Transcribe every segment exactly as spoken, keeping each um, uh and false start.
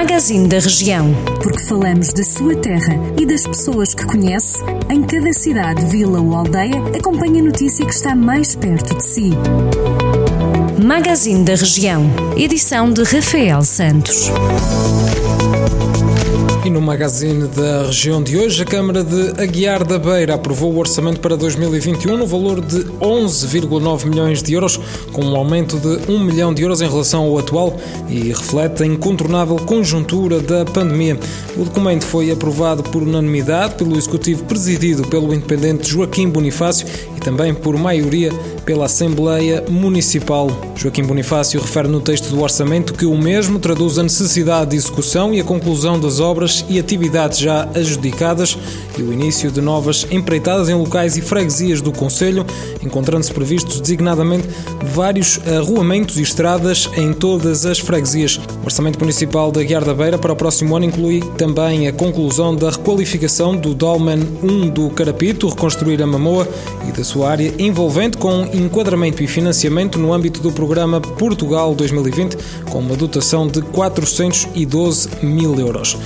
Magazine da Região. Porque falamos da sua terra e das pessoas que conhece, em cada cidade, vila ou aldeia, acompanhe a notícia que está mais perto de si. Magazine da Região. Edição de Rafael Santos. E no Magazine da Região de hoje, a Câmara de Aguiar da Beira aprovou o orçamento para dois mil e vinte e um no valor de onze vírgula nove milhões de euros, com um aumento de um milhão de euros em relação ao atual e reflete a incontornável conjuntura da pandemia. O documento foi aprovado por unanimidade pelo Executivo presidido pelo independente Joaquim Bonifácio e também por maioria pela Assembleia Municipal. Joaquim Bonifácio refere no texto do orçamento que o mesmo traduz a necessidade de execução e a conclusão das obras e atividades já adjudicadas e o início de novas empreitadas em locais e freguesias do concelho, encontrando-se previstos designadamente vários arruamentos e estradas em todas as freguesias. O Orçamento Municipal de Aguiar da Beira para o próximo ano inclui também a conclusão da requalificação do Dolmen um do Carapito, reconstruir a Mamoa e da sua área envolvente com enquadramento e financiamento no âmbito do programa Portugal dois mil e vinte, com uma dotação de quatrocentos e doze mil euros.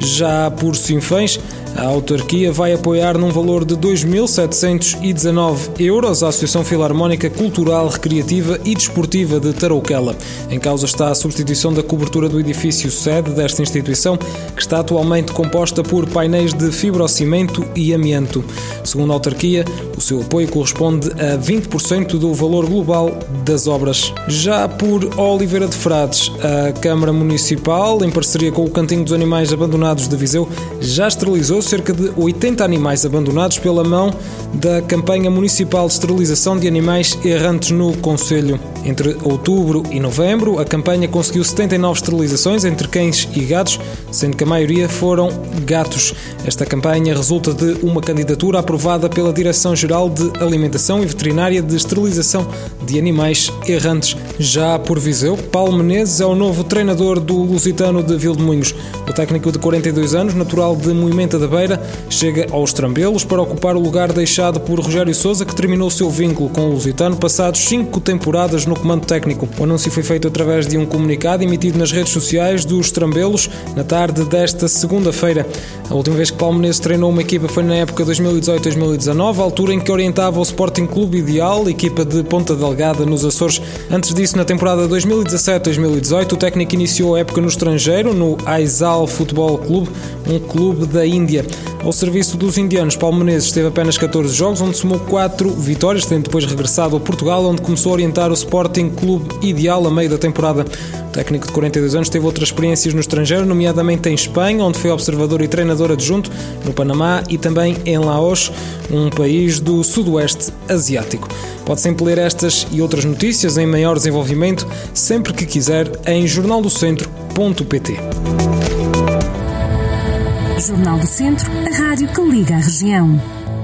Já por Sinfãs, a autarquia vai apoiar num valor de dois mil setecentos e dezanove euros a Associação Filarmónica Cultural, Recreativa e Desportiva de Tarouquela. Em causa está a substituição da cobertura do edifício sede desta instituição, que está atualmente composta por painéis de fibrocimento e amianto. Segundo a autarquia, o seu apoio corresponde a vinte por cento do valor global das obras. Já por Oliveira de Frades, a Câmara Municipal, em parceria com o Cantinho dos Animais Abandonados de Viseu, já esterilizou cerca de oitenta animais abandonados pela mão da campanha municipal de esterilização de animais errantes no concelho. Entre outubro e novembro, a campanha conseguiu setenta e nove esterilizações entre cães e gatos, sendo que a maioria foram gatos. Esta campanha resulta de uma candidatura aprovada pela Direção-Geral de Alimentação e Veterinária de Esterilização de Animais Errantes. Já por Viseu, Paulo Menezes é o novo treinador do Lusitano de Vildemunhos. O técnico de quarenta e dois anos, natural de Moimenta da Beira, chega aos Trambelos para ocupar o lugar deixado por Rogério Sousa, que terminou o seu vínculo com o Lusitano passados cinco temporadas no comando técnico. O anúncio foi feito através de um comunicado emitido nas redes sociais dos Trambelos na tarde desta segunda-feira. A última vez que Paulo Menezes treinou uma equipa foi na época dois mil e dezoito dois mil e dezanove, a altura em que orientava o Sporting Clube Ideal, equipa de Ponta Delgada, nos Açores. Antes disso, na temporada dois mil e dezassete dois mil e dezoito, o técnico iniciou a época no estrangeiro, no Aizawl Futebol Clube, um clube da Índia. Ao serviço dos indianos, Paulo Menezes teve apenas catorze jogos, onde somou quatro vitórias, tendo depois regressado ao Portugal, onde começou a orientar o Sporting Clube Ideal a meio da temporada. O técnico de quarenta e dois anos teve outras experiências no estrangeiro, nomeadamente em Espanha, onde foi observador e treinador adjunto, no Panamá e também em Laos, um país do sudoeste asiático. Pode sempre ler estas e outras notícias em maior desenvolvimento, sempre que quiser, em jornal do centro ponto pt. Jornal do Centro, a rádio que liga a região.